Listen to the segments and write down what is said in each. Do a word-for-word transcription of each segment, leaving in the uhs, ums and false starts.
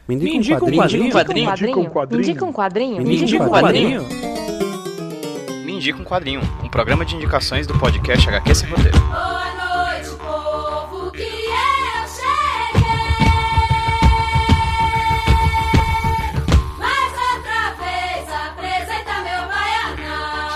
Me indica um quadrinho. Me indica um quadrinho. Me indica um quadrinho. Me indica um quadrinho. Me indica um quadrinho. Um programa de indicações do podcast H Q Sem Roteiro. Boa noite, povo, que eu cheguei. Mais outra vez apresenta meu baianão.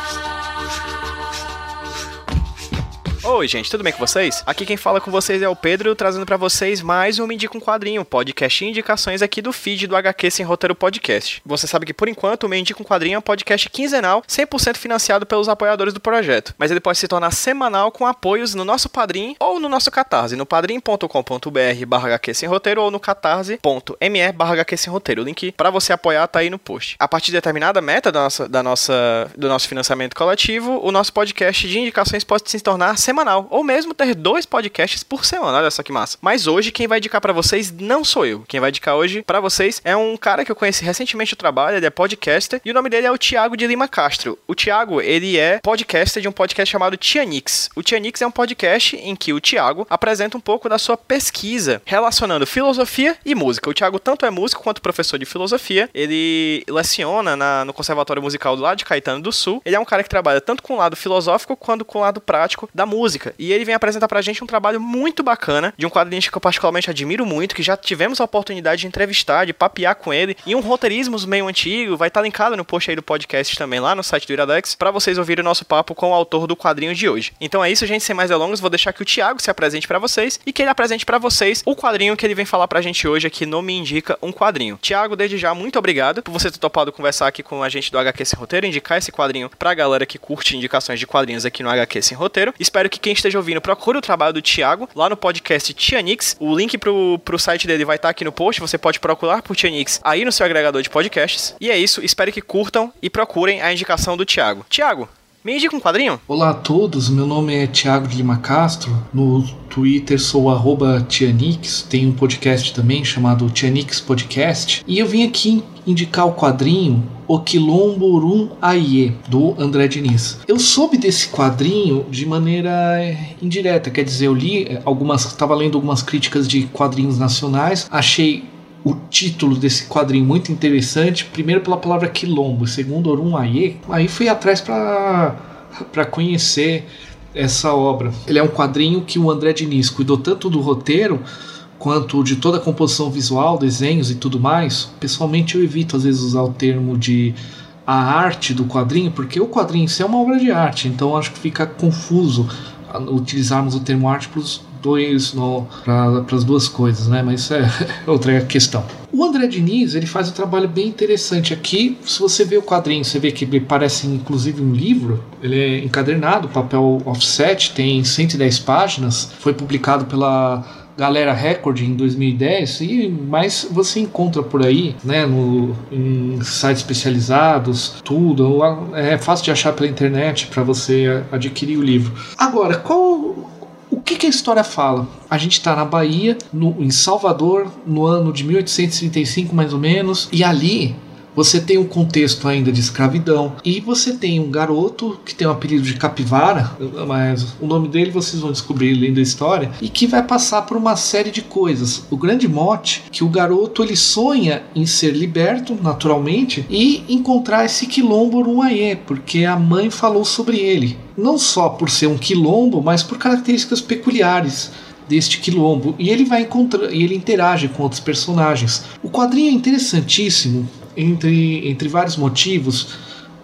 Oi, gente, tudo bem com vocês? Aqui quem fala com vocês é o Pedro, trazendo pra vocês mais um Me Indica um Quadrinho, podcast e indicações aqui do feed do H Q Sem Roteiro Podcast. Você sabe que, por enquanto, o Me Indica um Quadrinho é um podcast quinzenal, cem por cento financiado pelos apoiadores do projeto, mas ele pode se tornar semanal com apoios no nosso Padrim ou no nosso Catarse, no padrim ponto com ponto b r barra H Q Sem Roteiro ou no catarse ponto m e barra H Q Sem Roteiro. O link pra você apoiar tá aí no post. A partir de determinada meta da nossa, da nossa, do nosso financiamento coletivo, o nosso podcast de indicações pode se tornar semanal, ou mesmo ter dois podcasts por semana. Olha só que massa. Mas hoje quem vai indicar pra vocês não sou eu. Quem vai indicar hoje pra vocês é um cara que eu conheci recentemente no trabalho, ele é podcaster, e o nome dele é o Thiago de Lima Castro. O Thiago, ele é podcaster de um podcast chamado Tianix. O Tianix é um podcast em que o Thiago apresenta um pouco da sua pesquisa relacionando filosofia e música. O Thiago tanto é músico quanto professor de filosofia. Ele leciona na, no Conservatório Musical do lado de Caetano do Sul. Ele é um cara que trabalha tanto com o lado filosófico quanto com o lado prático da música. E ele vem apresentar pra gente um trabalho muito bacana de um quadrinista que eu particularmente admiro muito, que já tivemos a oportunidade de entrevistar, de papear com ele, e um roteirismo meio antigo, vai estar linkado no post aí do podcast também, lá no site do Iradex, pra vocês ouvirem o nosso papo com o autor do quadrinho de hoje. Então é isso, gente, sem mais delongas, vou deixar que o Thiago se apresente pra vocês, e que ele apresente pra vocês o quadrinho que ele vem falar pra gente hoje aqui no Me Indica um Quadrinho. Thiago, desde já, muito obrigado por você ter topado conversar aqui com a gente do H Q Sem Roteiro, indicar esse quadrinho pra galera que curte indicações de quadrinhos aqui no H Q Sem Roteiro. Espero que quem esteja ouvindo procure o trabalho do Thiago lá no podcast Tianix. O link pro, pro site dele vai estar aqui no post. Você pode procurar por Tianix aí no seu agregador de podcasts. E é isso. Espero que curtam e procurem a indicação do Thiago. Thiago, me indica um quadrinho? Olá a todos, meu nome é Thiago de Lima Castro. No Twitter sou arroba Tianix. Tem um podcast também chamado Tianix Podcast. E eu vim aqui indicar o quadrinho O Quilombo Urum Aie, do André Diniz. Eu soube desse quadrinho de maneira indireta, quer dizer, eu li algumas, estava lendo algumas críticas de quadrinhos nacionais, achei o título desse quadrinho muito interessante, primeiro pela palavra quilombo, segundo Urum Aie, aí fui atrás para para conhecer essa obra. Ele é um quadrinho que o André Diniz cuidou tanto do roteiro quanto de toda a composição visual, desenhos e tudo mais. Pessoalmente eu evito às vezes usar o termo de a arte do quadrinho, porque o quadrinho em si é uma obra de arte, então acho que fica confuso utilizarmos o termo arte para os dois, para as duas coisas, né? Mas isso é outra questão. O André Diniz, ele faz um trabalho bem interessante aqui. Se você vê o quadrinho, você vê que ele parece inclusive um livro. Ele é encadernado, papel offset, tem cento e dez páginas, foi publicado pela Galera Record em dois mil e dez, e, mas você encontra por aí, né, no, em sites especializados, tudo, é fácil de achar pela internet para você adquirir o livro. Agora, qual... O que, que a história fala? A gente está na Bahia, no, em Salvador, no ano de mil oitocentos e trinta e cinco mais ou menos, e ali você tem um contexto ainda de escravidão, e você tem um garoto que tem o apelido de Capivara, mas o nome dele vocês vão descobrir lendo a história, e que vai passar por uma série de coisas. O grande mote é que o garoto ele sonha em ser liberto, naturalmente, e encontrar esse quilombo Urum Aie, porque a mãe falou sobre ele. Não só por ser um quilombo, mas por características peculiares deste quilombo. E ele vai encontrar, e ele interage com outros personagens. O quadrinho é interessantíssimo entre, entre vários motivos,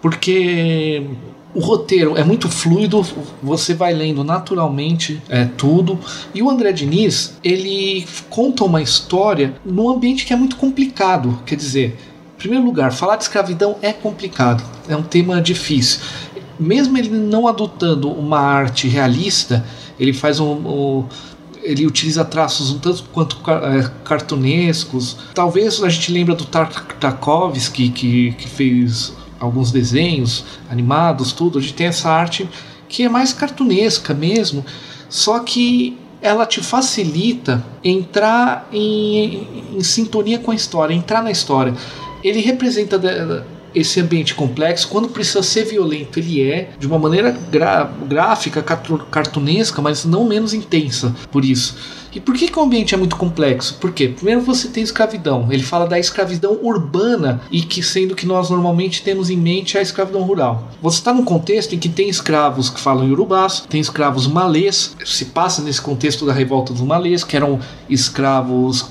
porque o roteiro é muito fluido, você vai lendo naturalmente é, tudo. E o André Diniz, ele conta uma história num ambiente que é muito complicado. Quer dizer, em primeiro lugar, falar de escravidão é complicado, é um tema difícil. Mesmo ele não adotando uma arte realista, ele faz um, um ele utiliza traços um tanto quanto é, cartunescos. Talvez a gente lembre do Tartakovsky, que, que fez alguns desenhos animados, tudo. A gente tem essa arte que é mais cartunesca mesmo, só que ela te facilita entrar em, em sintonia com a história, entrar na história. Ele representa esse ambiente complexo. Quando precisa ser violento, ele é de uma maneira gra- gráfica, cartunesca, mas não menos intensa por isso. E por que, que o ambiente é muito complexo? Por quê? Primeiro você tem escravidão. Ele fala da escravidão urbana e que sendo que nós normalmente temos em mente a escravidão rural. Você está num contexto em que tem escravos que falam iorubás, tem escravos malês, se passa nesse contexto da revolta dos malês, que eram escravos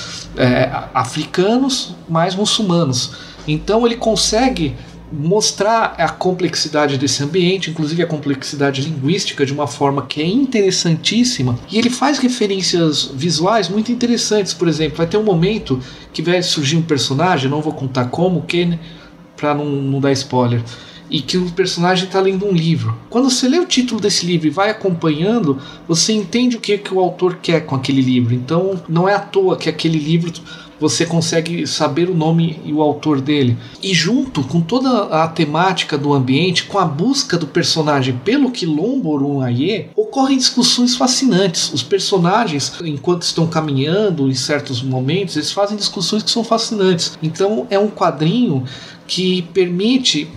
é, africanos, mais muçulmanos. Então ele consegue mostrar a complexidade desse ambiente, inclusive a complexidade linguística, de uma forma que é interessantíssima. E ele faz referências visuais muito interessantes. Por exemplo, vai ter um momento que vai surgir um personagem, não vou contar como, que para não, não dar spoiler, e que o personagem está lendo um livro. Quando você lê o título desse livro e vai acompanhando, você entende o que, que o autor quer com aquele livro. Então não é à toa que aquele livro você consegue saber o nome e o autor dele. E junto com toda a temática do ambiente, com a busca do personagem pelo Quilombo Urunhaê, ocorrem discussões fascinantes. Os personagens, enquanto estão caminhando em certos momentos, eles fazem discussões que são fascinantes. Então é um quadrinho que permite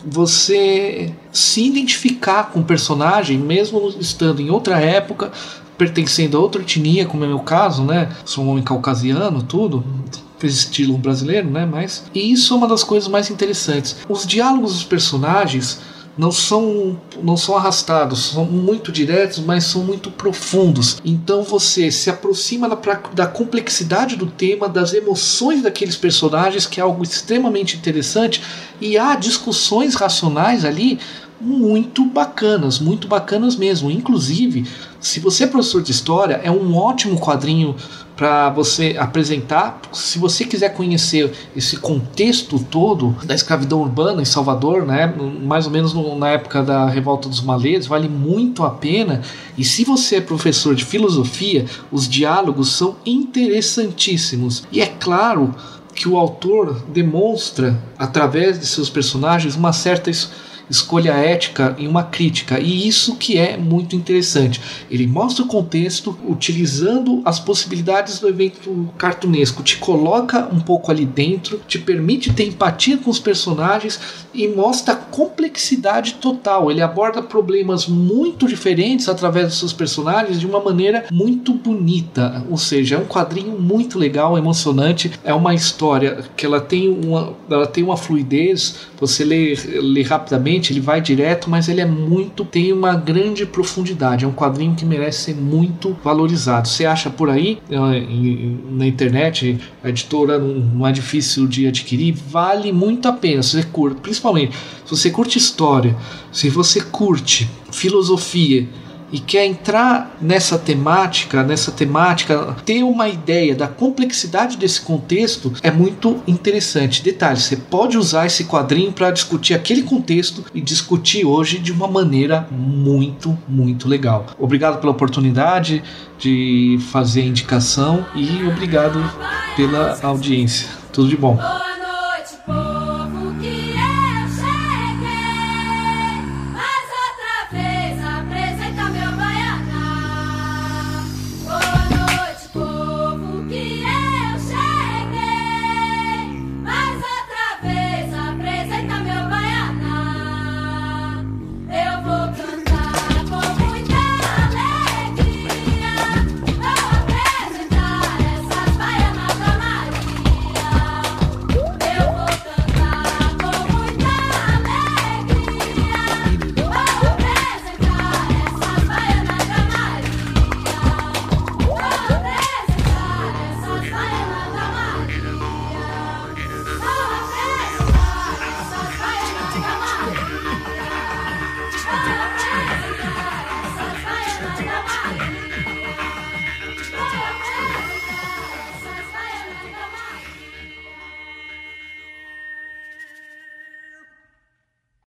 você se identificar com o personagem, mesmo estando em outra época, pertencendo a outra etnia, como é o meu caso, né? Sou um homem caucasiano, tudo, estilo brasileiro, né? Mas e isso é uma das coisas mais interessantes. Os diálogos dos personagens não são, não são arrastados, são muito diretos, mas são muito profundos. Então você se aproxima da, da complexidade do tema, das emoções daqueles personagens, que é algo extremamente interessante, e há discussões racionais ali muito bacanas, muito bacanas mesmo. Inclusive, se você é professor de história, é um ótimo quadrinho para você apresentar. Se você quiser conhecer esse contexto todo da escravidão urbana em Salvador, né, mais ou menos no, na época da revolta dos malês, vale muito a pena. E se você é professor de filosofia, os diálogos são interessantíssimos. E é claro que o autor demonstra, através de seus personagens, uma certa escolha ética e uma crítica, e isso que é muito interessante. Ele mostra o contexto utilizando as possibilidades do evento cartunesco, te coloca um pouco ali dentro, te permite ter empatia com os personagens e mostra a complexidade total. Ele aborda problemas muito diferentes através dos seus personagens de uma maneira muito bonita, ou seja, é um quadrinho muito legal, emocionante. É uma história que ela tem uma, ela tem uma fluidez, você lê, lê rapidamente, ele vai direto, mas ele é muito, tem uma grande profundidade. É um quadrinho que merece ser muito valorizado. Você acha por aí na internet, a editora não é difícil de adquirir, vale muito a pena. Se você curte, principalmente se você curte história, se você curte filosofia e quer entrar nessa temática, nessa temática, ter uma ideia da complexidade desse contexto, é muito interessante. Detalhe, você pode usar esse quadrinho para discutir aquele contexto e discutir hoje de uma maneira muito, muito legal. Obrigado pela oportunidade de fazer a indicação e obrigado pela audiência. Tudo de bom.